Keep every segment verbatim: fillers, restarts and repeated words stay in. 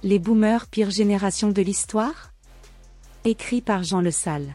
Les boomers, pire génération de l'histoire? Écrit par Jean Le Salle.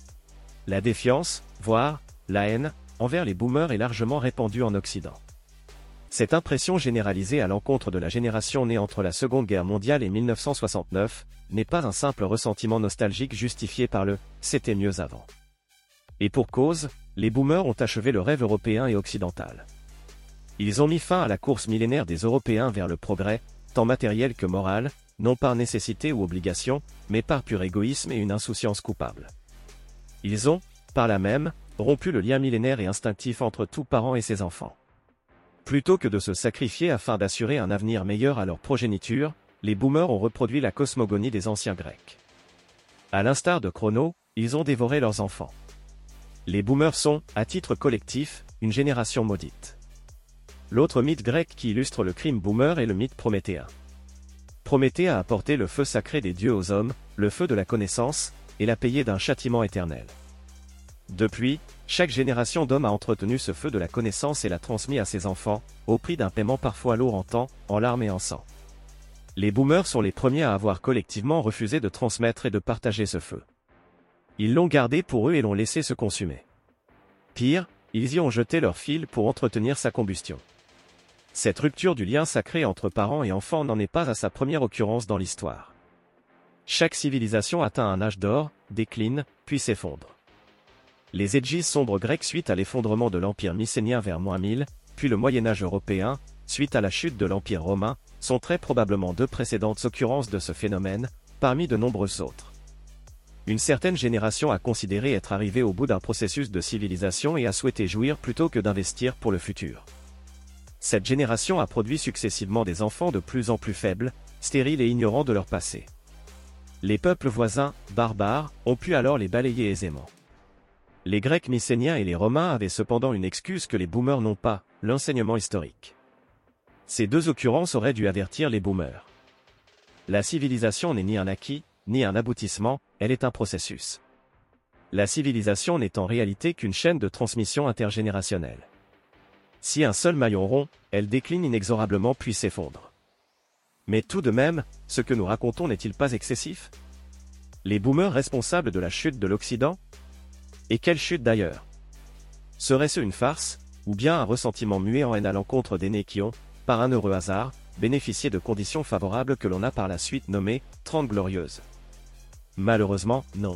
La défiance, voire la haine, envers les boomers est largement répandue en Occident. Cette impression généralisée à l'encontre de la génération née entre la Seconde Guerre mondiale et mille neuf cent soixante-neuf n'est pas un simple ressentiment nostalgique justifié par le « c'était mieux avant ». Et pour cause, les boomers ont achevé le rêve européen et occidental. Ils ont mis fin à la course millénaire des Européens vers le progrès, tant matériel que moral, non par nécessité ou obligation, mais par pur égoïsme et une insouciance coupable. Ils ont, par là même, rompu le lien millénaire et instinctif entre tout parent et ses enfants. Plutôt que de se sacrifier afin d'assurer un avenir meilleur à leur progéniture, les boomers ont reproduit la cosmogonie des anciens Grecs. À l'instar de Chrono, ils ont dévoré leurs enfants. Les boomers sont, à titre collectif, une génération maudite. L'autre mythe grec qui illustre le crime boomer est le mythe prométhéen. Prométhée a apporté le feu sacré des dieux aux hommes, le feu de la connaissance, et l'a payé d'un châtiment éternel. Depuis, chaque génération d'hommes a entretenu ce feu de la connaissance et l'a transmis à ses enfants, au prix d'un paiement parfois lourd en temps, en larmes et en sang. Les boomers sont les premiers à avoir collectivement refusé de transmettre et de partager ce feu. Ils l'ont gardé pour eux et l'ont laissé se consumer. Pire, ils y ont jeté leur fil pour entretenir sa combustion. Cette rupture du lien sacré entre parents et enfants n'en est pas à sa première occurrence dans l'histoire. Chaque civilisation atteint un âge d'or, décline, puis s'effondre. Les Aegis sombres grecs suite à l'effondrement de l'Empire mycénien vers moins mille, puis le Moyen-Âge européen, suite à la chute de l'Empire romain, sont très probablement deux précédentes occurrences de ce phénomène, parmi de nombreuses autres. Une certaine génération a considéré être arrivée au bout d'un processus de civilisation et a souhaité jouir plutôt que d'investir pour le futur. Cette génération a produit successivement des enfants de plus en plus faibles, stériles et ignorants de leur passé. Les peuples voisins, barbares, ont pu alors les balayer aisément. Les Grecs mycéniens et les Romains avaient cependant une excuse que les boomers n'ont pas, l'enseignement historique. Ces deux occurrences auraient dû avertir les boomers. La civilisation n'est ni un acquis, ni un aboutissement, elle est un processus. La civilisation n'est en réalité qu'une chaîne de transmission intergénérationnelle. Si un seul maillon rompt, elle décline inexorablement puis s'effondre. Mais tout de même, ce que nous racontons n'est-il pas excessif? Les boomers responsables de la chute de l'Occident? Et quelle chute d'ailleurs? Serait-ce une farce, ou bien un ressentiment muet en haine à l'encontre d'aînés qui ont, par un heureux hasard, bénéficié de conditions favorables que l'on a par la suite nommées « Trente Glorieuses » ? Malheureusement, non.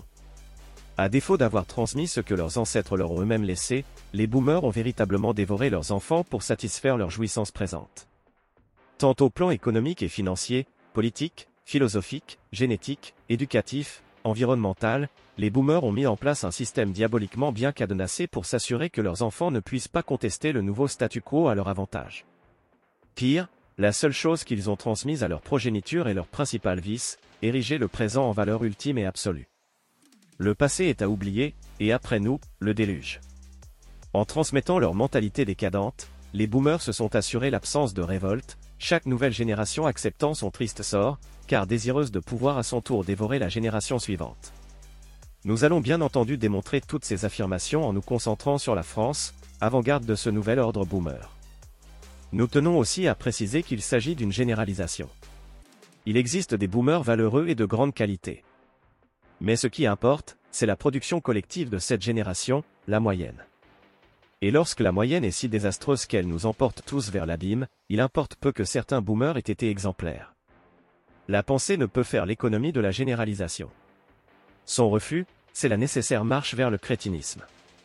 À défaut d'avoir transmis ce que leurs ancêtres leur ont eux-mêmes laissé, les boomers ont véritablement dévoré leurs enfants pour satisfaire leurs jouissances présentes. Tant au plan économique et financier, politique, philosophique, génétique, éducatif, environnemental, les boomers ont mis en place un système diaboliquement bien cadenassé pour s'assurer que leurs enfants ne puissent pas contester le nouveau statu quo à leur avantage. Pire, la seule chose qu'ils ont transmise à leur progéniture est leur principal vice, ériger le présent en valeur ultime et absolue. Le passé est à oublier, et après nous, le déluge. En transmettant leur mentalité décadente, les boomers se sont assurés l'absence de révolte, chaque nouvelle génération acceptant son triste sort, car désireuse de pouvoir à son tour dévorer la génération suivante. Nous allons bien entendu démontrer toutes ces affirmations en nous concentrant sur la France, avant-garde de ce nouvel ordre boomer. Nous tenons aussi à préciser qu'il s'agit d'une généralisation. Il existe des boomers valeureux et de grande qualité. Mais ce qui importe, c'est la production collective de cette génération, la moyenne. Et lorsque la moyenne est si désastreuse qu'elle nous emporte tous vers l'abîme, il importe peu que certains boomers aient été exemplaires. La pensée ne peut faire l'économie de la généralisation. Son refus, c'est la nécessaire marche vers le crétinisme.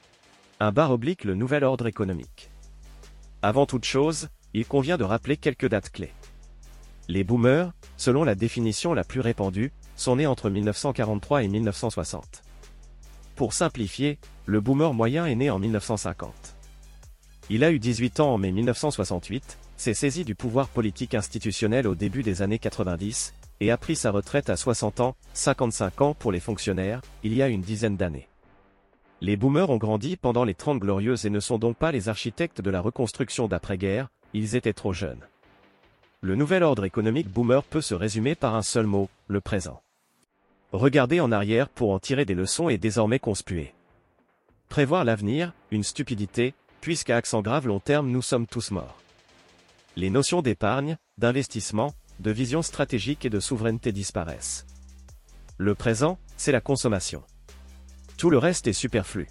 Un barre oblique le nouvel ordre économique. Avant toute chose, il convient de rappeler quelques dates clés. Les boomers, selon la définition la plus répandue, sont nés entre mille neuf cent quarante-trois et mille neuf cent soixante. Pour simplifier, le boomer moyen est né en mille neuf cent cinquante. Il a eu dix-huit ans en mai mille neuf cent soixante-huit, s'est saisi du pouvoir politique institutionnel au début des années quatre-vingt-dix, et a pris sa retraite à soixante ans, cinquante-cinq ans pour les fonctionnaires, il y a une dizaine d'années. Les boomers ont grandi pendant les Trente Glorieuses et ne sont donc pas les architectes de la reconstruction d'après-guerre, ils étaient trop jeunes. Le nouvel ordre économique boomer peut se résumer par un seul mot, le présent. Regarder en arrière pour en tirer des leçons est désormais conspué. Prévoir l'avenir, une stupidité, puisqu'à accent grave long terme nous sommes tous morts. Les notions d'épargne, d'investissement, de vision stratégique et de souveraineté disparaissent. Le présent, c'est la consommation. Tout le reste est superflu.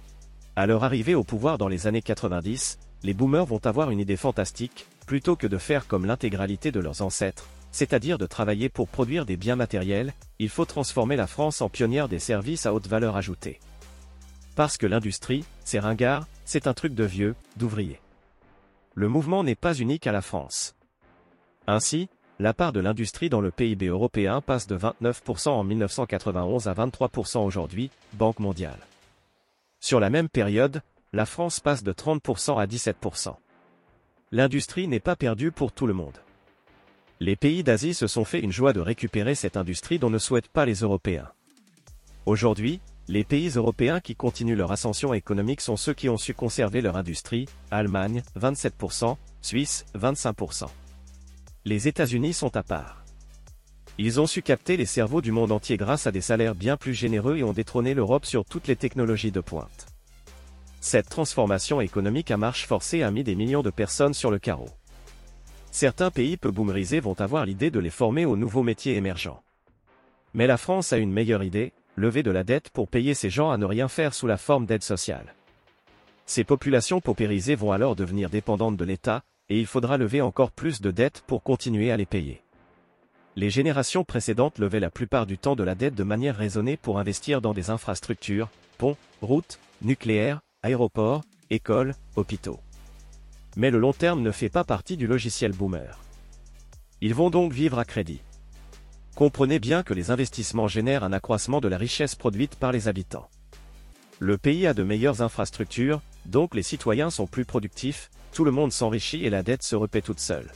À leur arrivée au pouvoir dans les années quatre-vingt-dix, les boomers vont avoir une idée fantastique, plutôt que de faire comme l'intégralité de leurs ancêtres, c'est-à-dire de travailler pour produire des biens matériels, il faut transformer la France en pionnière des services à haute valeur ajoutée. Parce que l'industrie, c'est ringard, c'est un truc de vieux, d'ouvriers. Le mouvement n'est pas unique à la France. Ainsi, la part de l'industrie dans le P I B européen passe de vingt-neuf pour cent en mille neuf cent quatre-vingt-onze à vingt-trois pour cent aujourd'hui, Banque mondiale. Sur la même période, la France passe de trente pour cent à dix-sept pour cent. L'industrie n'est pas perdue pour tout le monde. Les pays d'Asie se sont fait une joie de récupérer cette industrie dont ne souhaitent pas les Européens. Aujourd'hui, les pays européens qui continuent leur ascension économique sont ceux qui ont su conserver leur industrie, Allemagne, vingt-sept pour cent, Suisse, vingt-cinq pour cent. Les États-Unis sont à part. Ils ont su capter les cerveaux du monde entier grâce à des salaires bien plus généreux et ont détrôné l'Europe sur toutes les technologies de pointe. Cette transformation économique à marche forcée a mis des millions de personnes sur le carreau. Certains pays peu boomerisés vont avoir l'idée de les former aux nouveaux métiers émergents. Mais la France a une meilleure idée, lever de la dette pour payer ces gens à ne rien faire sous la forme d'aide sociale. Ces populations paupérisées vont alors devenir dépendantes de l'État, et il faudra lever encore plus de dettes pour continuer à les payer. Les générations précédentes levaient la plupart du temps de la dette de manière raisonnée pour investir dans des infrastructures, ponts, routes, nucléaires, aéroports, écoles, hôpitaux. Mais le long terme ne fait pas partie du logiciel boomer. Ils vont donc vivre à crédit. Comprenez bien que les investissements génèrent un accroissement de la richesse produite par les habitants. Le pays a de meilleures infrastructures, donc les citoyens sont plus productifs, tout le monde s'enrichit et la dette se repaie toute seule.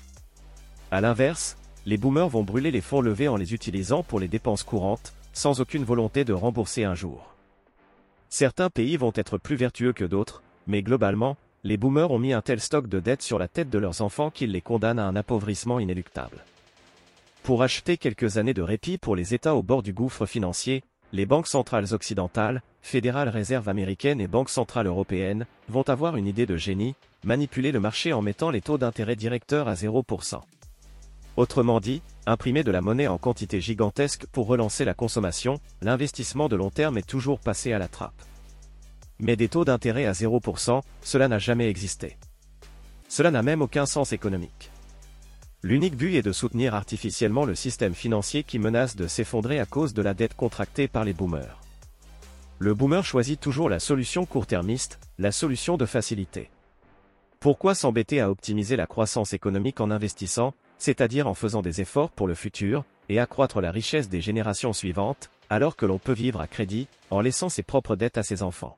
A l'inverse, les boomers vont brûler les fonds levés en les utilisant pour les dépenses courantes, sans aucune volonté de rembourser un jour. Certains pays vont être plus vertueux que d'autres, mais globalement, les boomers ont mis un tel stock de dettes sur la tête de leurs enfants qu'ils les condamnent à un appauvrissement inéluctable. Pour acheter quelques années de répit pour les États au bord du gouffre financier, les banques centrales occidentales, Fédérale Réserve américaine et Banque centrale européenne, vont avoir une idée de génie, manipuler le marché en mettant les taux d'intérêt directeurs à zéro pour cent. Autrement dit, imprimer de la monnaie en quantité gigantesque pour relancer la consommation, l'investissement de long terme est toujours passé à la trappe. Mais des taux d'intérêt à zéro pour cent, cela n'a jamais existé. Cela n'a même aucun sens économique. L'unique but est de soutenir artificiellement le système financier qui menace de s'effondrer à cause de la dette contractée par les boomers. Le boomer choisit toujours la solution court-termiste, la solution de facilité. Pourquoi s'embêter à optimiser la croissance économique en investissant, c'est-à-dire en faisant des efforts pour le futur, et accroître la richesse des générations suivantes, alors que l'on peut vivre à crédit, en laissant ses propres dettes à ses enfants?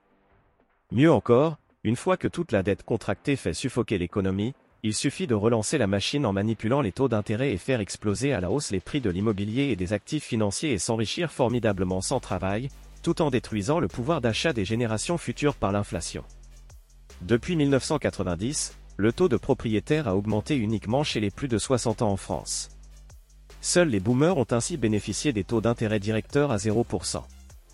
Mieux encore, une fois que toute la dette contractée fait suffoquer l'économie, il suffit de relancer la machine en manipulant les taux d'intérêt et faire exploser à la hausse les prix de l'immobilier et des actifs financiers et s'enrichir formidablement sans travail, tout en détruisant le pouvoir d'achat des générations futures par l'inflation. Depuis mille neuf cent quatre-vingt-dix, le taux de propriétaire a augmenté uniquement chez les plus de soixante ans en France. Seuls les boomers ont ainsi bénéficié des taux d'intérêt directeurs à zéro pour cent.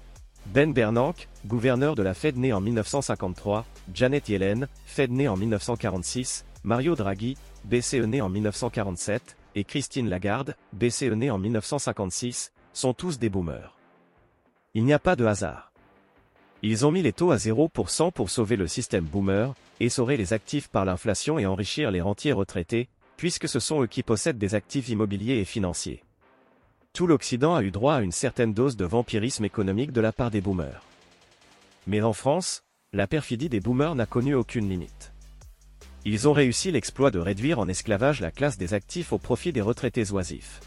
Ben Bernanke, gouverneur de la Fed né en mille neuf cent cinquante-trois, Janet Yellen, Fed né en mille neuf cent quarante-six, Mario Draghi, B C E né en mille neuf cent quarante-sept, et Christine Lagarde, B C E né en mille neuf cent cinquante-six, sont tous des boomers. Il n'y a pas de hasard. Ils ont mis les taux à zéro pour cent pour sauver le système boomer, essorer les actifs par l'inflation et enrichir les rentiers retraités, puisque ce sont eux qui possèdent des actifs immobiliers et financiers. Tout l'Occident a eu droit à une certaine dose de vampirisme économique de la part des boomers. Mais en France, la perfidie des boomers n'a connu aucune limite. Ils ont réussi l'exploit de réduire en esclavage la classe des actifs au profit des retraités oisifs.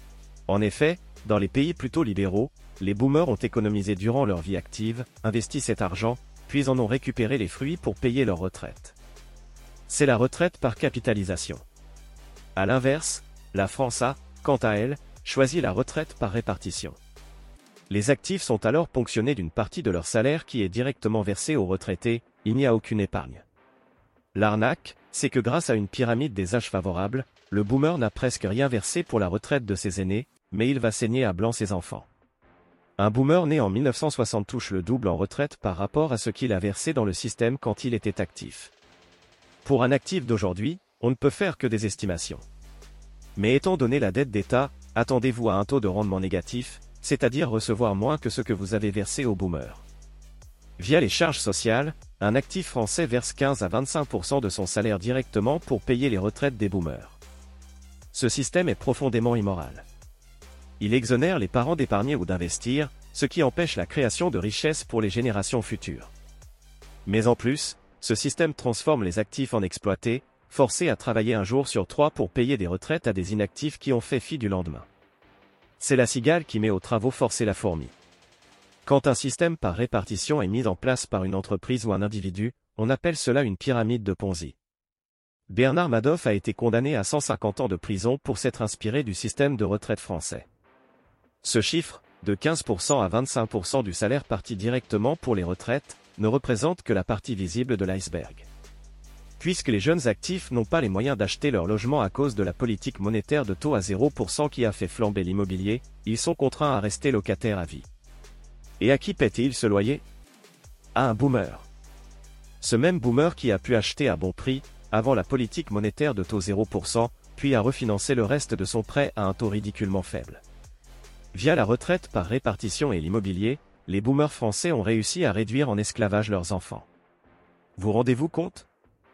En effet, dans les pays plutôt libéraux, les boomers ont économisé durant leur vie active, investi cet argent, puis en ont récupéré les fruits pour payer leur retraite. C'est la retraite par capitalisation. À l'inverse, la France a, quant à elle, choisi la retraite par répartition. Les actifs sont alors ponctionnés d'une partie de leur salaire qui est directement versée aux retraités, il n'y a aucune épargne. L'arnaque, c'est que grâce à une pyramide des âges favorables, le boomer n'a presque rien versé pour la retraite de ses aînés, mais il va saigner à blanc ses enfants. Un boomer né en mille neuf cent soixante touche le double en retraite par rapport à ce qu'il a versé dans le système quand il était actif. Pour un actif d'aujourd'hui, on ne peut faire que des estimations. Mais étant donné la dette d'État, attendez-vous à un taux de rendement négatif, c'est-à-dire recevoir moins que ce que vous avez versé aux boomers. Via les charges sociales, un actif français verse quinze à vingt-cinq pour cent de son salaire directement pour payer les retraites des boomers. Ce système est profondément immoral. Il exonère les parents d'épargner ou d'investir, ce qui empêche la création de richesses pour les générations futures. Mais en plus, ce système transforme les actifs en exploités, forcés à travailler un jour sur trois pour payer des retraites à des inactifs qui ont fait fi du lendemain. C'est la cigale qui met aux travaux forcés la fourmi. Quand un système par répartition est mis en place par une entreprise ou un individu, on appelle cela une pyramide de Ponzi. Bernard Madoff a été condamné à cent cinquante ans de prison pour s'être inspiré du système de retraite français. Ce chiffre, de quinze pour cent à vingt-cinq pour cent du salaire parti directement pour les retraites, ne représente que la partie visible de l'iceberg. Puisque les jeunes actifs n'ont pas les moyens d'acheter leur logement à cause de la politique monétaire de taux à zéro pour cent qui a fait flamber l'immobilier, ils sont contraints à rester locataires à vie. Et à qui paient-ils ce loyer? À un boomer. Ce même boomer qui a pu acheter à bon prix, avant la politique monétaire de taux zéro pour cent, puis a refinancé le reste de son prêt à un taux ridiculement faible. Via la retraite par répartition et l'immobilier, les boomers français ont réussi à réduire en esclavage leurs enfants. Vous rendez-vous compte?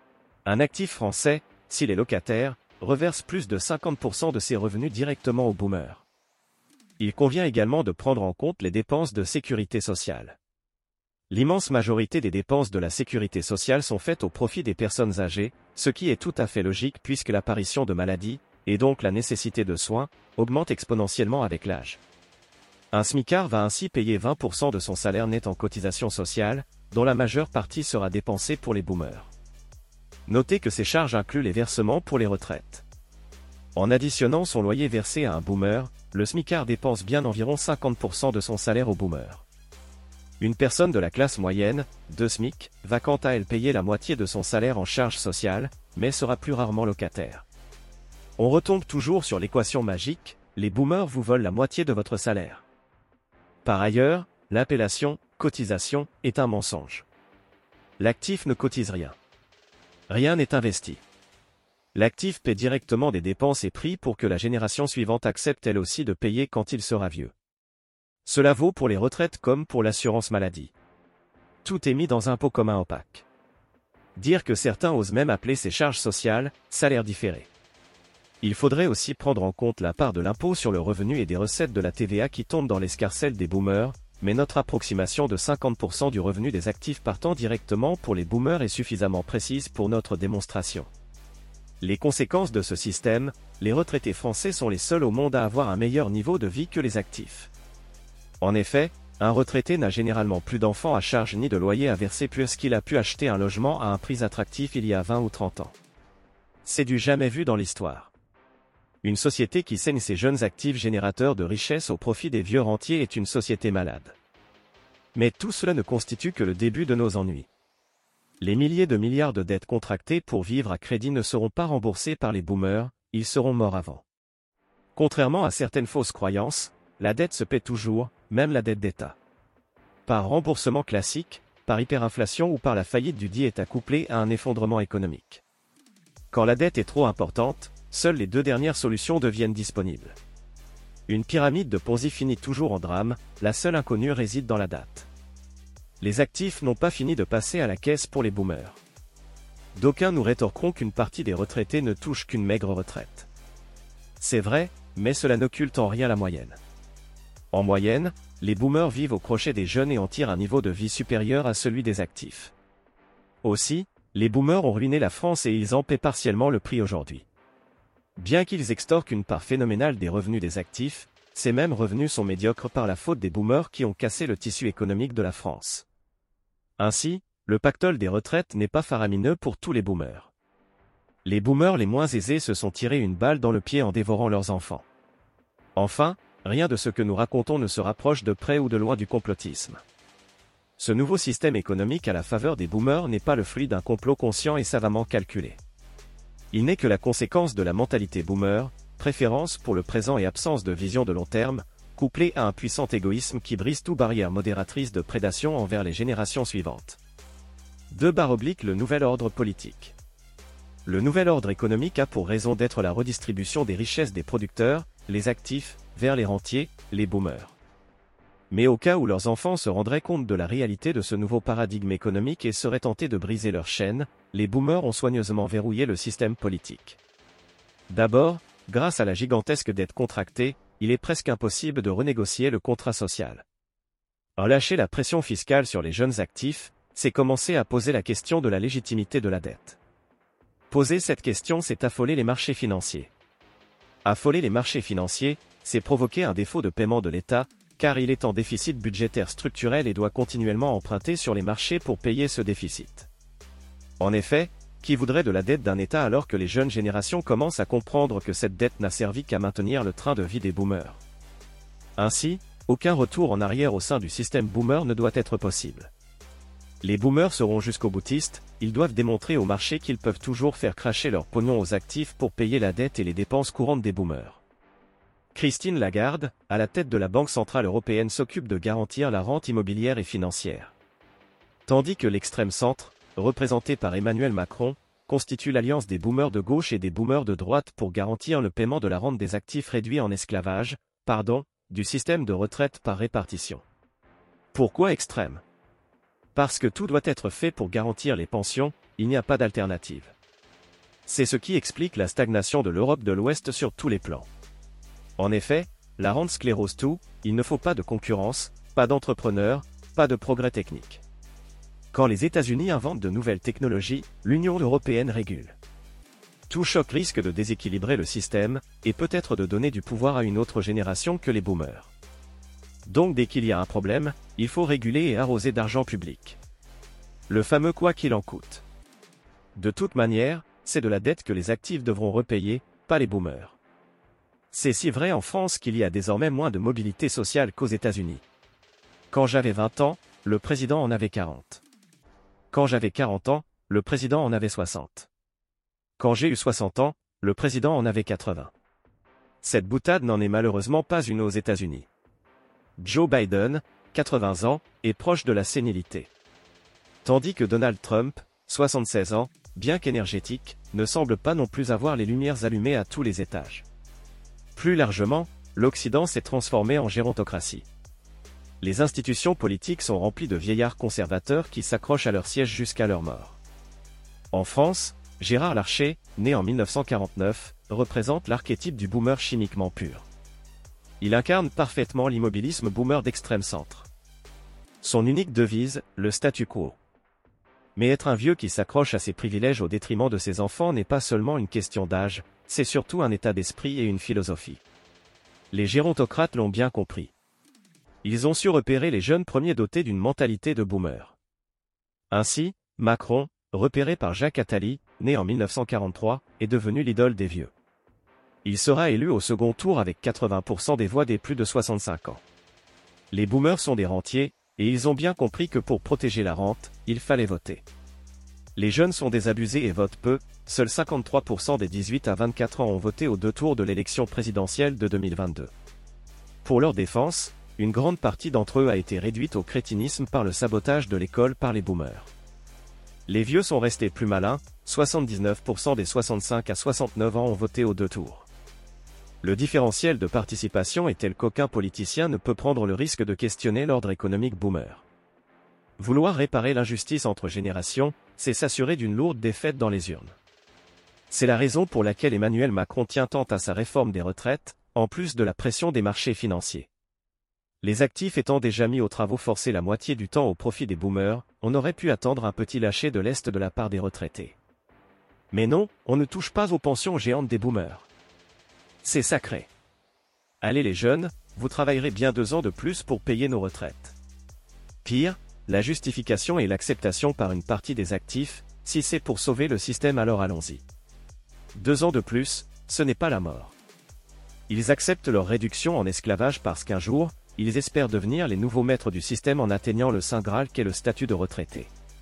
Un actif français, s'il est locataire, reverse plus de cinquante pour cent de ses revenus directement aux boomers. Il convient également de prendre en compte les dépenses de sécurité sociale. L'immense majorité des dépenses de la sécurité sociale sont faites au profit des personnes âgées, ce qui est tout à fait logique puisque l'apparition de maladies, et donc la nécessité de soins, augmente exponentiellement avec l'âge. Un smicard va ainsi payer vingt pour cent de son salaire net en cotisations sociales, dont la majeure partie sera dépensée pour les boomers. Notez que ces charges incluent les versements pour les retraites. En additionnant son loyer versé à un boomer, le smicard dépense bien environ cinquante pour cent de son salaire au boomer. Une personne de la classe moyenne, deux SMIC, va quant à elle payer la moitié de son salaire en charges sociales, mais sera plus rarement locataire. On retombe toujours sur l'équation magique, les boomers vous volent la moitié de votre salaire. Par ailleurs, l'appellation « cotisation » est un mensonge. L'actif ne cotise rien. Rien n'est investi. L'actif paie directement des dépenses et prix pour que la génération suivante accepte elle aussi de payer quand il sera vieux. Cela vaut pour les retraites comme pour l'assurance maladie. Tout est mis dans un pot commun opaque. Dire que certains osent même appeler ces charges sociales « salaire différé ». Il faudrait aussi prendre en compte la part de l'impôt sur le revenu et des recettes de la T V A qui tombent dans l'escarcelle des boomers, mais notre approximation de cinquante pour cent du revenu des actifs partant directement pour les boomers est suffisamment précise pour notre démonstration. Les conséquences de ce système, les retraités français sont les seuls au monde à avoir un meilleur niveau de vie que les actifs. En effet, un retraité n'a généralement plus d'enfants à charge ni de loyer à verser puisqu'il a pu acheter un logement à un prix attractif il y a vingt ou trente ans. C'est du jamais vu dans l'histoire. Une société qui saigne ses jeunes actifs générateurs de richesse au profit des vieux rentiers est une société malade. Mais tout cela ne constitue que le début de nos ennuis. Les milliers de milliards de dettes contractées pour vivre à crédit ne seront pas remboursées par les boomers, ils seront morts avant. Contrairement à certaines fausses croyances, la dette se paie toujours, même la dette d'État. Par remboursement classique, par hyperinflation ou par la faillite du dit État couplée à un effondrement économique. Quand la dette est trop importante, seules les deux dernières solutions deviennent disponibles. Une pyramide de Ponzi finit toujours en drame, la seule inconnue réside dans la date. Les actifs n'ont pas fini de passer à la caisse pour les boomers. D'aucuns nous rétorqueront qu'une partie des retraités ne touche qu'une maigre retraite. C'est vrai, mais cela n'occulte en rien la moyenne. En moyenne, les boomers vivent au crochet des jeunes et en tirent un niveau de vie supérieur à celui des actifs. Aussi, les boomers ont ruiné la France et ils en paient partiellement le prix aujourd'hui. Bien qu'ils extorquent une part phénoménale des revenus des actifs, ces mêmes revenus sont médiocres par la faute des boomers qui ont cassé le tissu économique de la France. Ainsi, le pactole des retraites n'est pas faramineux pour tous les boomers. Les boomers les moins aisés se sont tirés une balle dans le pied en dévorant leurs enfants. Enfin, rien de ce que nous racontons ne se rapproche de près ou de loin du complotisme. Ce nouveau système économique à la faveur des boomers n'est pas le fruit d'un complot conscient et savamment calculé. Il n'est que la conséquence de la mentalité boomer, préférence pour le présent et absence de vision de long terme, couplée à un puissant égoïsme qui brise toute barrière modératrice de prédation envers les générations suivantes. deux barre oblique Le nouvel ordre politique. Le nouvel ordre économique a pour raison d'être la redistribution des richesses des producteurs, les actifs, vers les rentiers, les boomers. Mais au cas où leurs enfants se rendraient compte de la réalité de ce nouveau paradigme économique et seraient tentés de briser leur chaîne, les boomers ont soigneusement verrouillé le système politique. D'abord, grâce à la gigantesque dette contractée, il est presque impossible de renégocier le contrat social. Relâcher la pression fiscale sur les jeunes actifs, c'est commencer à poser la question de la légitimité de la dette. Poser cette question, c'est affoler les marchés financiers. Affoler les marchés financiers, c'est provoquer un défaut de paiement de l'État, car il est en déficit budgétaire structurel et doit continuellement emprunter sur les marchés pour payer ce déficit. En effet, qui voudrait de la dette d'un État alors que les jeunes générations commencent à comprendre que cette dette n'a servi qu'à maintenir le train de vie des boomers? Ainsi, aucun retour en arrière au sein du système boomer ne doit être possible. Les boomers seront jusqu'au boutiste, ils doivent démontrer au marché qu'ils peuvent toujours faire cracher leur pognon aux actifs pour payer la dette et les dépenses courantes des boomers. Christine Lagarde, à la tête de la Banque centrale européenne, s'occupe de garantir la rente immobilière et financière. Tandis que l'extrême centre, représenté par Emmanuel Macron, constitue l'alliance des boomers de gauche et des boomers de droite pour garantir le paiement de la rente des actifs réduits en esclavage, pardon, du système de retraite par répartition. Pourquoi extrême? Parce que tout doit être fait pour garantir les pensions, il n'y a pas d'alternative. C'est ce qui explique la stagnation de l'Europe de l'Ouest sur tous les plans. En effet, la rente sclérose tout, il ne faut pas de concurrence, pas d'entrepreneurs, pas de progrès technique. Quand les États-Unis inventent de nouvelles technologies, l'Union européenne régule. Tout choc risque de déséquilibrer le système, et peut-être de donner du pouvoir à une autre génération que les boomers. Donc dès qu'il y a un problème, il faut réguler et arroser d'argent public. Le fameux quoi qu'il en coûte. De toute manière, c'est de la dette que les actifs devront repayer, pas les boomers. C'est si vrai en France qu'il y a désormais moins de mobilité sociale qu'aux États-Unis. Quand j'avais vingt ans, le président en avait quarante. Quand j'avais quarante ans, le président en avait soixante. Quand j'ai eu soixante ans, le président en avait quatre-vingts. Cette boutade n'en est malheureusement pas une aux États-Unis. Joe Biden, quatre-vingts ans, est proche de la sénilité. Tandis que Donald Trump, soixante-seize ans, bien qu'énergétique, ne semble pas non plus avoir les lumières allumées à tous les étages. Plus largement, l'Occident s'est transformé en gérontocratie. Les institutions politiques sont remplies de vieillards conservateurs qui s'accrochent à leur siège jusqu'à leur mort. En France, Gérard Larcher, né en mille neuf cent quarante-neuf, représente l'archétype du boomer chimiquement pur. Il incarne parfaitement l'immobilisme boomer d'extrême centre. Son unique devise, le statu quo. Mais être un vieux qui s'accroche à ses privilèges au détriment de ses enfants n'est pas seulement une question d'âge, c'est surtout un état d'esprit et une philosophie. Les gérontocrates l'ont bien compris. Ils ont su repérer les jeunes premiers dotés d'une mentalité de boomer. Ainsi, Macron, repéré par Jacques Attali, né en mille neuf cent quarante-trois, est devenu l'idole des vieux. Il sera élu au second tour avec quatre-vingts pour cent des voix des plus de soixante-cinq ans. Les boomers sont des rentiers, et ils ont bien compris que pour protéger la rente, il fallait voter. Les jeunes sont désabusés et votent peu, seuls cinquante-trois pour cent des dix-huit à vingt-quatre ans ont voté aux deux tours de l'élection présidentielle de deux mille vingt-deux. Pour leur défense, une grande partie d'entre eux a été réduite au crétinisme par le sabotage de l'école par les boomers. Les vieux sont restés plus malins, soixante-dix-neuf pour cent des soixante-cinq à soixante-neuf ans ont voté aux deux tours. Le différentiel de participation est tel qu'aucun politicien ne peut prendre le risque de questionner l'ordre économique boomer. Vouloir réparer l'injustice entre générations, c'est s'assurer d'une lourde défaite dans les urnes. C'est la raison pour laquelle Emmanuel Macron tient tant à sa réforme des retraites, en plus de la pression des marchés financiers. Les actifs étant déjà mis aux travaux forcés la moitié du temps au profit des boomers, on aurait pu attendre un petit lâcher de l'Est de la part des retraités. Mais non, on ne touche pas aux pensions géantes des boomers. C'est sacré. Allez les jeunes, vous travaillerez bien deux ans de plus pour payer nos retraites. Pire, la justification est l'acceptation par une partie des actifs, si c'est pour sauver le système alors allons-y. Deux ans de plus, ce n'est pas la mort. Ils acceptent leur réduction en esclavage parce qu'un jour, ils espèrent devenir les nouveaux maîtres du système en atteignant le saint Graal qu'est le statut de retraité.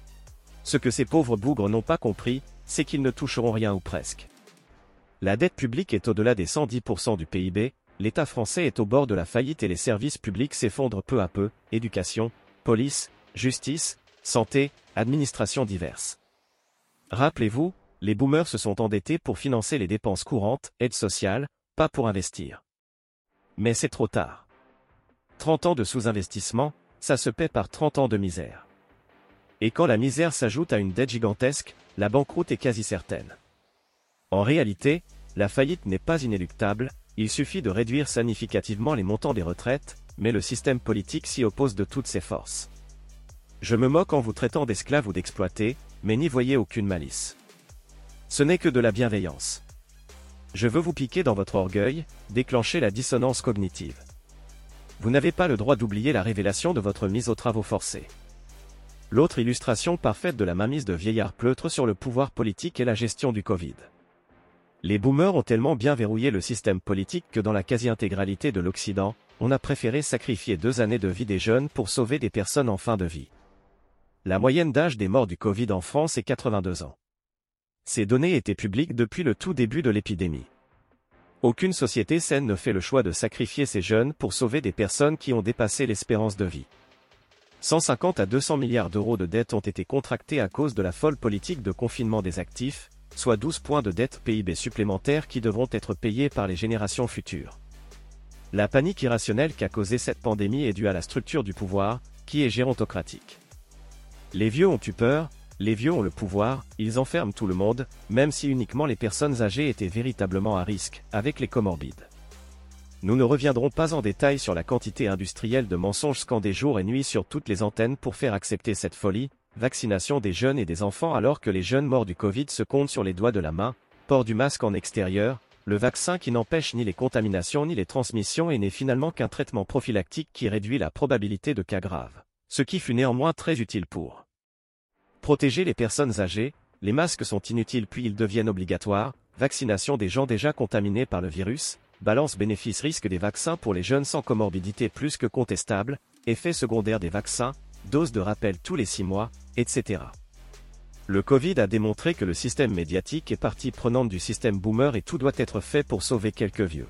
Ce que ces pauvres bougres n'ont pas compris, c'est qu'ils ne toucheront rien ou presque. La dette publique est au-delà des cent dix pour cent du P I B, l'État français est au bord de la faillite et les services publics s'effondrent peu à peu, éducation, police, justice, santé, administration diverses. Rappelez-vous, Les boomers se sont endettés pour financer les dépenses courantes, aides sociales, pas pour investir. Mais c'est trop tard. trente ans de sous-investissement, ça se paie par trente ans de misère. Et quand la misère s'ajoute à une dette gigantesque, la banqueroute est quasi certaine. En réalité, la faillite n'est pas inéluctable, il suffit de réduire significativement les montants des retraites, mais le système politique s'y oppose de toutes ses forces. Je me moque en vous traitant d'esclaves ou d'exploités, mais n'y voyez aucune malice. Ce n'est que de la bienveillance. Je veux vous piquer dans votre orgueil, déclencher la dissonance cognitive. Vous n'avez pas le droit d'oublier la révélation de votre mise aux travaux forcés. L'autre illustration parfaite de la mainmise de vieillards pleutres sur le pouvoir politique est la gestion du Covid. Les boomers ont tellement bien verrouillé le système politique que dans la quasi-intégralité de l'Occident, on a préféré sacrifier deux années de vie des jeunes pour sauver des personnes en fin de vie. La moyenne d'âge des morts du Covid en France est quatre-vingt-deux ans. Ces données étaient publiques depuis le tout début de l'épidémie. Aucune société saine ne fait le choix de sacrifier ces jeunes pour sauver des personnes qui ont dépassé l'espérance de vie. cent cinquante à deux cents milliards d'euros de dettes ont été contractés à cause de la folle politique de confinement des actifs, soit douze points de dette P I B supplémentaires qui devront être payés par les générations futures. La panique irrationnelle qu'a causée cette pandémie est due à la structure du pouvoir, qui est gérontocratique. Les vieux ont eu peur, les vieux ont le pouvoir, ils enferment tout le monde, même si uniquement les personnes âgées étaient véritablement à risque, avec les comorbides. Nous ne reviendrons pas en détail sur la quantité industrielle de mensonges scandés jour et nuit sur toutes les antennes pour faire accepter cette folie, vaccination des jeunes et des enfants alors que les jeunes morts du Covid se comptent sur les doigts de la main, port du masque en extérieur, le vaccin qui n'empêche ni les contaminations ni les transmissions et n'est finalement qu'un traitement prophylactique qui réduit la probabilité de cas graves. Ce qui fut néanmoins très utile pour protéger les personnes âgées, les masques sont inutiles puis ils deviennent obligatoires, vaccination des gens déjà contaminés par le virus, balance bénéfice-risque des vaccins pour les jeunes sans comorbidité plus que contestable, effet secondaire des vaccins, dose de rappel tous les six mois, et cetera. Le Covid a démontré que le système médiatique est partie prenante du système boomer et tout doit être fait pour sauver quelques vieux.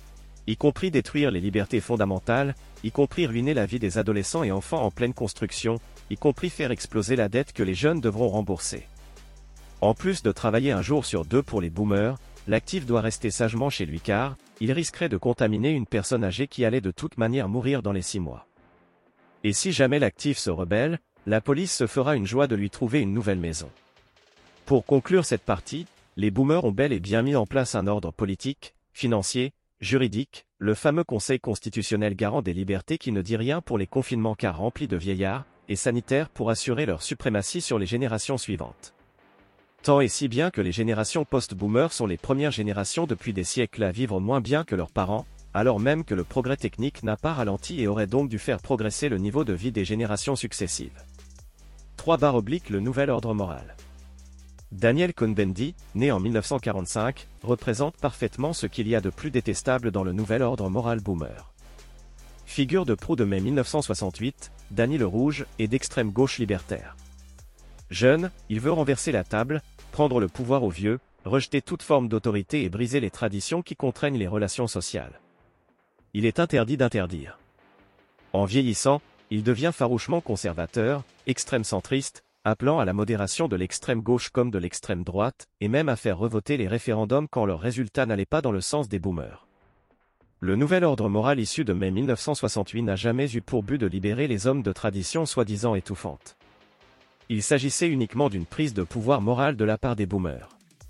Y compris détruire les libertés fondamentales, y compris ruiner la vie des adolescents et enfants en pleine construction, y compris faire exploser la dette que les jeunes devront rembourser. En plus de travailler un jour sur deux pour les boomers, l'actif doit rester sagement chez lui car, il risquerait de contaminer une personne âgée qui allait de toute manière mourir dans les six mois. Et si jamais l'actif se rebelle, la police se fera une joie de lui trouver une nouvelle maison. Pour conclure cette partie, les boomers ont bel et bien mis en place un ordre politique, financier, juridique, le fameux Conseil constitutionnel garant des libertés qui ne dit rien pour les confinements car remplis de vieillards, et sanitaire pour assurer leur suprématie sur les générations suivantes. Tant et si bien que les générations post-boomers sont les premières générations depuis des siècles à vivre moins bien que leurs parents, alors même que le progrès technique n'a pas ralenti et aurait donc dû faire progresser le niveau de vie des générations successives. trois barres obliques Le nouvel ordre moral. Daniel Cohn-Bendit, né en mille neuf cent quarante-cinq, représente parfaitement ce qu'il y a de plus détestable dans le nouvel ordre moral boomer. Figure de proue de mai mille neuf cent soixante-huit, Danny le Rouge est d'extrême gauche libertaire. Jeune, il veut renverser la table, prendre le pouvoir aux vieux, rejeter toute forme d'autorité et briser les traditions qui contraignent les relations sociales. Il est interdit d'interdire. En vieillissant, il devient farouchement conservateur, extrême centriste, appelant à la modération de l'extrême gauche comme de l'extrême droite, et même à faire revoter les référendums quand leurs résultats n'allaient pas dans le sens des boomers. Le nouvel ordre moral issu de mai mille neuf cent soixante-huit n'a jamais eu pour but de libérer les hommes de tradition soi-disant étouffantes. Il s'agissait uniquement d'une prise de pouvoir moral de la part des boomers.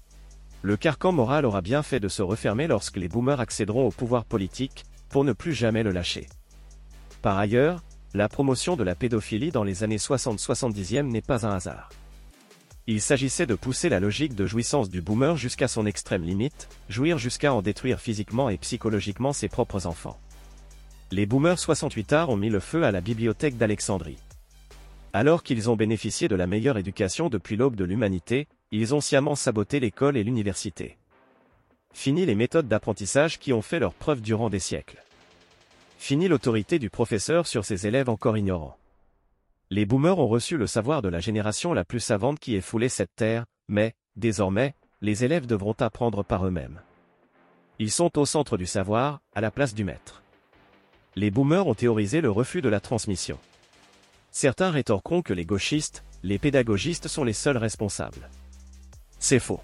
Le carcan moral aura bien fait de se refermer lorsque les boomers accéderont au pouvoir politique, pour ne plus jamais le lâcher. Par ailleurs, la promotion de la pédophilie dans les années soixante soixante-dix n'est pas un hasard. Il s'agissait de pousser la logique de jouissance du boomer jusqu'à son extrême limite, jouir jusqu'à en détruire physiquement et psychologiquement ses propres enfants. Les boomers soixante-huitards ont mis le feu à la bibliothèque d'Alexandrie. Alors qu'ils ont bénéficié de la meilleure éducation depuis l'aube de l'humanité, ils ont sciemment saboté l'école et l'université. Fini les méthodes d'apprentissage qui ont fait leur preuve durant des siècles. Fini l'autorité du professeur sur ses élèves encore ignorants. Les boomers ont reçu le savoir de la génération la plus savante qui ait foulé cette terre, mais, désormais, les élèves devront apprendre par eux-mêmes. Ils sont au centre du savoir, à la place du maître. Les boomers ont théorisé le refus de la transmission. Certains rétorqueront que les gauchistes, les pédagogistes sont les seuls responsables. C'est faux.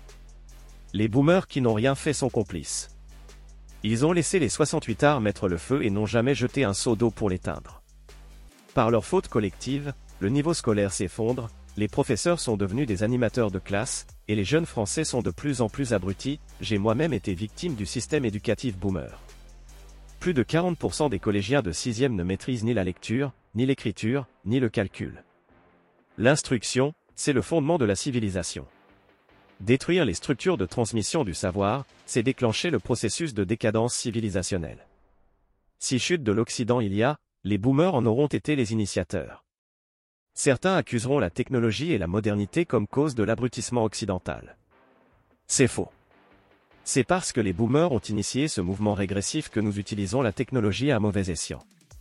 Les boomers qui n'ont rien fait sont complices. Ils ont laissé les soixante-huit arts mettre le feu et n'ont jamais jeté un seau d'eau pour l'éteindre. Par leur faute collective, le niveau scolaire s'effondre, les professeurs sont devenus des animateurs de classe, et les jeunes Français sont de plus en plus abrutis. J'ai moi-même été victime du système éducatif boomer. Plus de quarante pour cent des collégiens de sixième ne maîtrisent ni la lecture, ni l'écriture, ni le calcul. L'instruction, c'est le fondement de la civilisation. Détruire les structures de transmission du savoir, c'est déclencher le processus de décadence civilisationnelle. Si chute de l'Occident il y a, les boomers en auront été les initiateurs. Certains accuseront la technologie et la modernité comme cause de l'abrutissement occidental. C'est faux. C'est parce que les boomers ont initié ce mouvement régressif que nous utilisons la technologie à mauvais escient.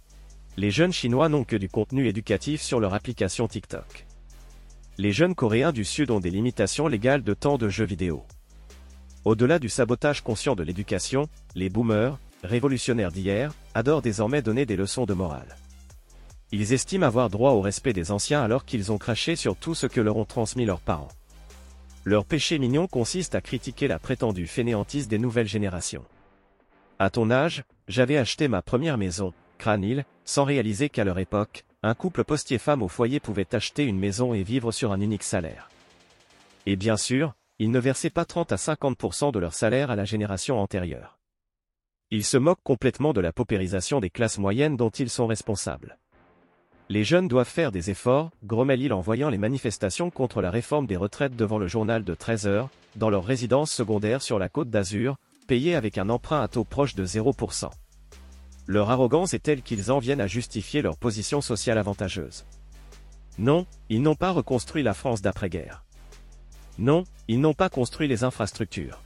Les jeunes Chinois n'ont que du contenu éducatif sur leur application TikTok. Les jeunes Coréens du Sud ont des limitations légales de temps de jeux vidéo. Au-delà du sabotage conscient de l'éducation, les boomers, révolutionnaires d'hier, adorent désormais donner des leçons de morale. Ils estiment avoir droit au respect des anciens alors qu'ils ont craché sur tout ce que leur ont transmis leurs parents. Leur péché mignon consiste à critiquer la prétendue fainéantise des nouvelles générations. À ton âge, j'avais acheté ma première maison, crânile, sans réaliser qu'à leur époque, un couple postier-femme au foyer pouvait acheter une maison et vivre sur un unique salaire. Et bien sûr, ils ne versaient pas trente à cinquante pour cent de leur salaire à la génération antérieure. Ils se moquent complètement de la paupérisation des classes moyennes dont ils sont responsables. Les jeunes doivent faire des efforts, grommelle-t-il en voyant les manifestations contre la réforme des retraites devant le journal de treize heures, dans leur résidence secondaire sur la Côte d'Azur, payée avec un emprunt à taux proche de zéro pour cent. Leur arrogance est telle qu'ils en viennent à justifier leur position sociale avantageuse. Non, ils n'ont pas reconstruit la France d'après-guerre. Non, ils n'ont pas construit les infrastructures.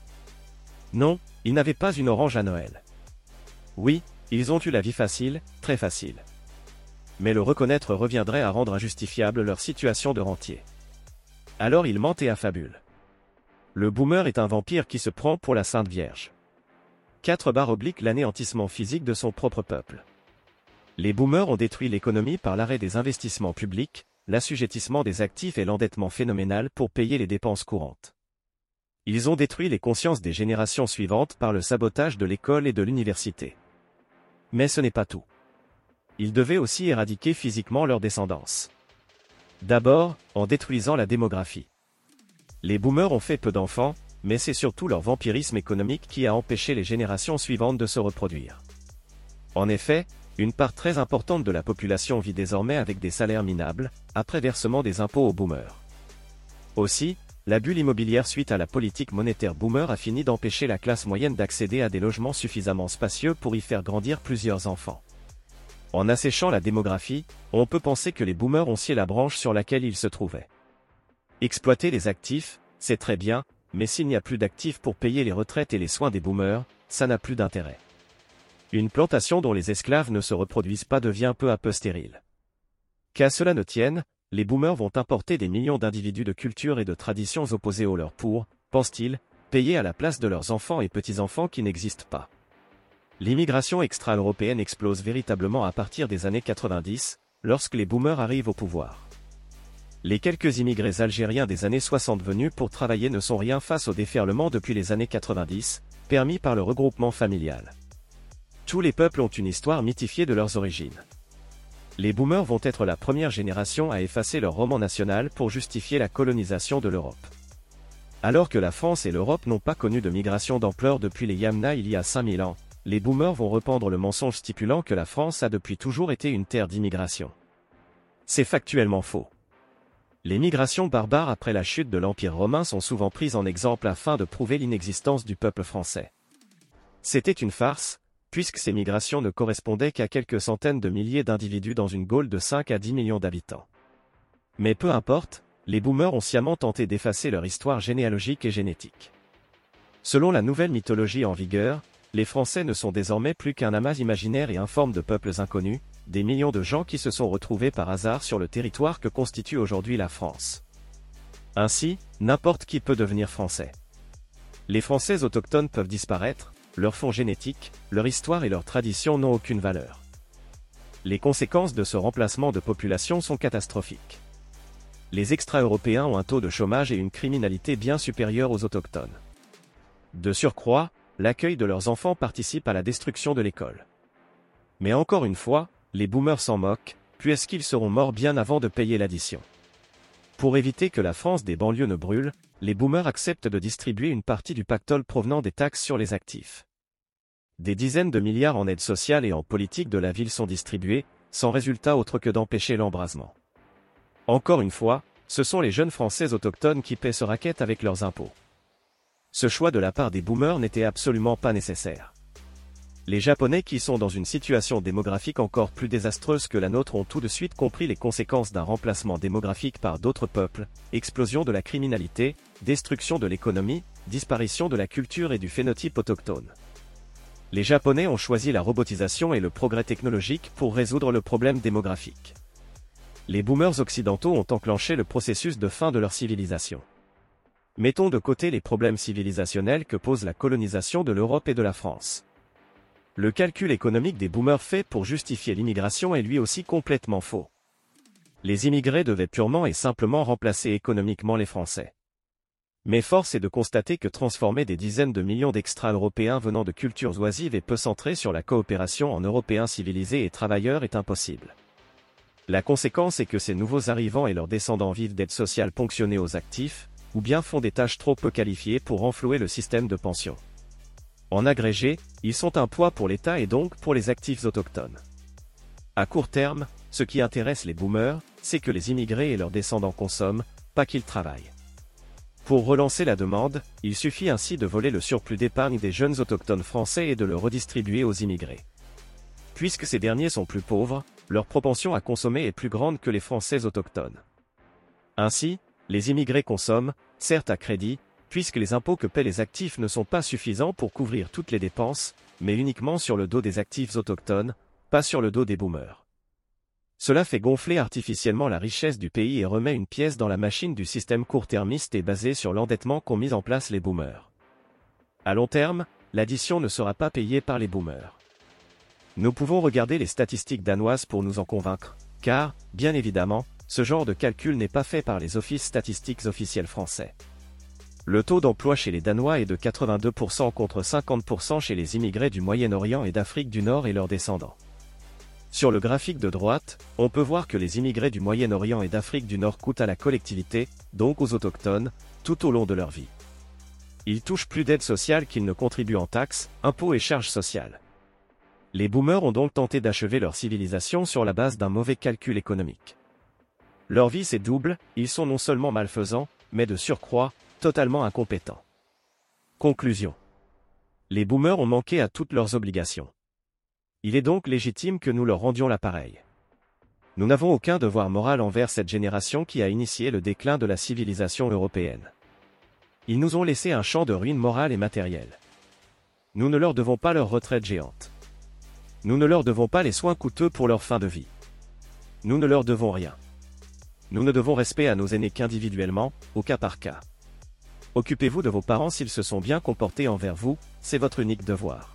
Non, ils n'avaient pas une orange à Noël. Oui, ils ont eu la vie facile, très facile. Mais le reconnaître reviendrait à rendre injustifiable leur situation de rentier. Alors ils mentent et affabulent. Le boomer est un vampire qui se prend pour la Sainte Vierge. quatre barre oblique l'anéantissement physique de son propre peuple. Les boomers ont détruit l'économie par l'arrêt des investissements publics, l'assujettissement des actifs et l'endettement phénoménal pour payer les dépenses courantes. Ils ont détruit les consciences des générations suivantes par le sabotage de l'école et de l'université. Mais ce n'est pas tout. Ils devaient aussi éradiquer physiquement leur descendance. D'abord, en détruisant la démographie. Les boomers ont fait peu d'enfants, mais c'est surtout leur vampirisme économique qui a empêché les générations suivantes de se reproduire. En effet, une part très importante de la population vit désormais avec des salaires minables, après versement des impôts aux boomers. Aussi, la bulle immobilière suite à la politique monétaire boomer a fini d'empêcher la classe moyenne d'accéder à des logements suffisamment spacieux pour y faire grandir plusieurs enfants. En asséchant la démographie, on peut penser que les boomers ont scié la branche sur laquelle ils se trouvaient. Exploiter les actifs, c'est très bien, mais s'il n'y a plus d'actifs pour payer les retraites et les soins des boomers, ça n'a plus d'intérêt. Une plantation dont les esclaves ne se reproduisent pas devient peu à peu stérile. Qu'à cela ne tienne, les boomers vont importer des millions d'individus de cultures et de traditions opposées aux leurs pour, pense-t-il, payer à la place de leurs enfants et petits-enfants qui n'existent pas. L'immigration extra-européenne explose véritablement à partir des années quatre-vingt-dix, lorsque les boomers arrivent au pouvoir. Les quelques immigrés algériens des années soixante venus pour travailler ne sont rien face au déferlement depuis les années quatre-vingt-dix, permis par le regroupement familial. Tous les peuples ont une histoire mythifiée de leurs origines. Les boomers vont être la première génération à effacer leur roman national pour justifier la colonisation de l'Europe. Alors que la France et l'Europe n'ont pas connu de migration d'ampleur depuis les Yamna il y a cinq mille ans, les boomers vont répandre le mensonge stipulant que la France a depuis toujours été une terre d'immigration. C'est factuellement faux. Les migrations barbares après la chute de l'Empire romain sont souvent prises en exemple afin de prouver l'inexistence du peuple français. C'était une farce, puisque ces migrations ne correspondaient qu'à quelques centaines de milliers d'individus dans une Gaule de cinq à dix millions d'habitants. Mais peu importe, les boomers ont sciemment tenté d'effacer leur histoire généalogique et génétique. Selon la nouvelle mythologie en vigueur, les Français ne sont désormais plus qu'un amas imaginaire et informe de peuples inconnus, des millions de gens qui se sont retrouvés par hasard sur le territoire que constitue aujourd'hui la France. Ainsi, n'importe qui peut devenir français. Les Français autochtones peuvent disparaître, leur fond génétique, leur histoire et leur tradition n'ont aucune valeur. Les conséquences de ce remplacement de population sont catastrophiques. les extra-européens ont un taux de chômage et une criminalité bien supérieure aux autochtones. De surcroît, l'accueil de leurs enfants participe à la destruction de l'école. Mais encore une fois, les boomers s'en moquent, puisqu'ils seront morts bien avant de payer l'addition. Pour éviter que la France des banlieues ne brûle, les boomers acceptent de distribuer une partie du pactole provenant des taxes sur les actifs. Des dizaines de milliards en aide sociale et en politique de la ville sont distribués, sans résultat autre que d'empêcher l'embrasement. Encore une fois, ce sont les jeunes Français autochtones qui paient ce racket avec leurs impôts. Ce choix de la part des boomers n'était absolument pas nécessaire. Les Japonais qui sont dans une situation démographique encore plus désastreuse que la nôtre ont tout de suite compris les conséquences d'un remplacement démographique par d'autres peuples, explosion de la criminalité, destruction de l'économie, disparition de la culture et du phénotype autochtone. Les Japonais ont choisi la robotisation et le progrès technologique pour résoudre le problème démographique. Les boomers occidentaux ont enclenché le processus de fin de leur civilisation. Mettons de côté les problèmes civilisationnels que pose la colonisation de l'Europe et de la France. Le calcul économique des boomers fait pour justifier l'immigration est lui aussi complètement faux. Les immigrés devaient purement et simplement remplacer économiquement les Français. Mais force est de constater que transformer des dizaines de millions d'extra-européens venant de cultures oisives et peu centrées sur la coopération en Européens civilisés et travailleurs est impossible. La conséquence est que ces nouveaux arrivants et leurs descendants vivent d'aides sociales ponctionnées aux actifs, ou bien font des tâches trop peu qualifiées pour renflouer le système de pension. En agrégé, ils sont un poids pour l'État et donc pour les actifs autochtones. À court terme, ce qui intéresse les boomers, c'est que les immigrés et leurs descendants consomment, pas qu'ils travaillent. Pour relancer la demande, il suffit ainsi de voler le surplus d'épargne des jeunes autochtones français et de le redistribuer aux immigrés. Puisque ces derniers sont plus pauvres, leur propension à consommer est plus grande que les Français autochtones. Ainsi, les immigrés consomment, certes à crédit, puisque les impôts que paient les actifs ne sont pas suffisants pour couvrir toutes les dépenses, mais uniquement sur le dos des actifs autochtones, pas sur le dos des boomers. Cela fait gonfler artificiellement la richesse du pays et remet une pièce dans la machine du système court-termiste et basé sur l'endettement qu'ont mis en place les boomers. À long terme, l'addition ne sera pas payée par les boomers. Nous pouvons regarder les statistiques danoises pour nous en convaincre, car, bien évidemment, ce genre de calcul n'est pas fait par les offices statistiques officiels français. Le taux d'emploi chez les Danois est de quatre-vingt-deux pour cent contre cinquante pour cent chez les immigrés du Moyen-Orient et d'Afrique du Nord et leurs descendants. Sur le graphique de droite, on peut voir que les immigrés du Moyen-Orient et d'Afrique du Nord coûtent à la collectivité, donc aux autochtones, tout au long de leur vie. Ils touchent plus d'aides sociales qu'ils ne contribuent en taxes, impôts et charges sociales. Les boomers ont donc tenté d'achever leur civilisation sur la base d'un mauvais calcul économique. Leur vie c'est double, ils sont non seulement malfaisants, mais de surcroît, totalement incompétents. Conclusion. Les boomers ont manqué à toutes leurs obligations. Il est donc légitime que nous leur rendions l'appareil. Nous n'avons aucun devoir moral envers cette génération qui a initié le déclin de la civilisation européenne. Ils nous ont laissé un champ de ruines morales et matérielles. Nous ne leur devons pas leur retraite géante. Nous ne leur devons pas les soins coûteux pour leur fin de vie. Nous ne leur devons rien. Nous ne devons respect à nos aînés qu'individuellement, au cas par cas. Occupez-vous de vos parents s'ils se sont bien comportés envers vous, c'est votre unique devoir.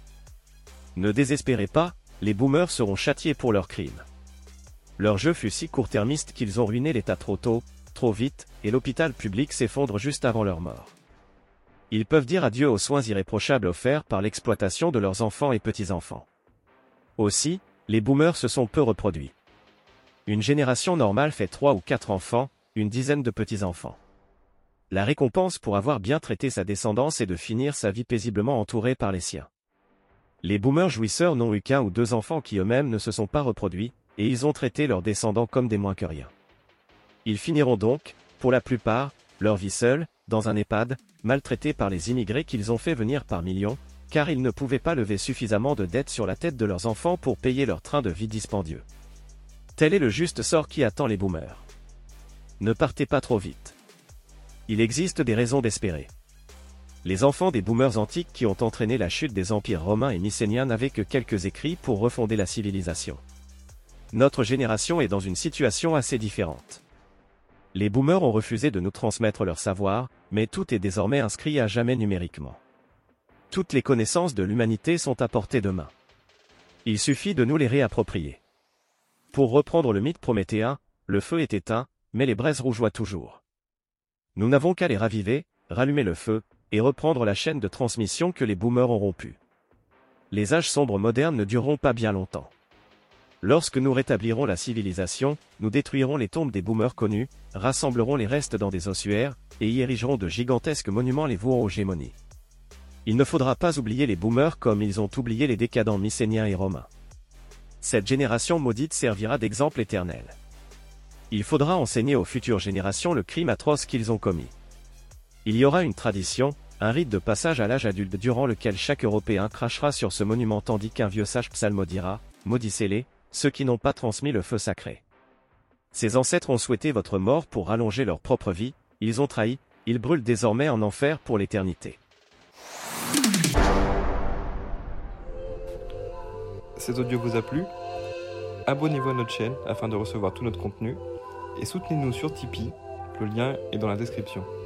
Ne désespérez pas, les boomers seront châtiés pour leurs crimes. Leur jeu fut si court-termiste qu'ils ont ruiné l'État trop tôt, trop vite, et l'hôpital public s'effondre juste avant leur mort. Ils peuvent dire adieu aux soins irréprochables offerts par l'exploitation de leurs enfants et petits-enfants. Aussi, les boomers se sont peu reproduits. Une génération normale fait trois ou quatre enfants, une dizaine de petits-enfants. La récompense pour avoir bien traité sa descendance est de finir sa vie paisiblement entouré par les siens. Les boomers jouisseurs n'ont eu qu'un ou deux enfants qui eux-mêmes ne se sont pas reproduits, et ils ont traité leurs descendants comme des moins que rien. Ils finiront donc, pour la plupart, leur vie seuls, dans un EHPAD, maltraités par les immigrés qu'ils ont fait venir par millions, car ils ne pouvaient pas lever suffisamment de dettes sur la tête de leurs enfants pour payer leur train de vie dispendieux. Tel est le juste sort qui attend les boomers. Ne partez pas trop vite. Il existe des raisons d'espérer. Les enfants des boomers antiques qui ont entraîné la chute des empires romains et mycéniens n'avaient que quelques écrits pour refonder la civilisation. Notre génération est dans une situation assez différente. Les boomers ont refusé de nous transmettre leur savoir, mais tout est désormais inscrit à jamais numériquement. Toutes les connaissances de l'humanité sont à portée de main. Il suffit de nous les réapproprier. Pour reprendre le mythe prométhéen, le feu est éteint, mais les braises rougeoient toujours. Nous n'avons qu'à les raviver, rallumer le feu, et reprendre la chaîne de transmission que les boomers ont rompue. Les âges sombres modernes ne dureront pas bien longtemps. Lorsque nous rétablirons la civilisation, nous détruirons les tombes des boomers connus, rassemblerons les restes dans des ossuaires, et y érigerons de gigantesques monuments les vouant aux gémonies. Il ne faudra pas oublier les boomers comme ils ont oublié les décadents mycéniens et romains. Cette génération maudite servira d'exemple éternel. Il faudra enseigner aux futures générations le crime atroce qu'ils ont commis. Il y aura une tradition, un rite de passage à l'âge adulte durant lequel chaque Européen crachera sur ce monument tandis qu'un vieux sage psalmodiera, maudissez-les, ceux qui n'ont pas transmis le feu sacré. Ces ancêtres ont souhaité votre mort pour rallonger leur propre vie, ils ont trahi, ils brûlent désormais en enfer pour l'éternité. Cet audio vous a plu ? Abonnez-vous à notre chaîne afin de recevoir tout notre contenu et soutenez-nous sur Tipeee, le lien est dans la description.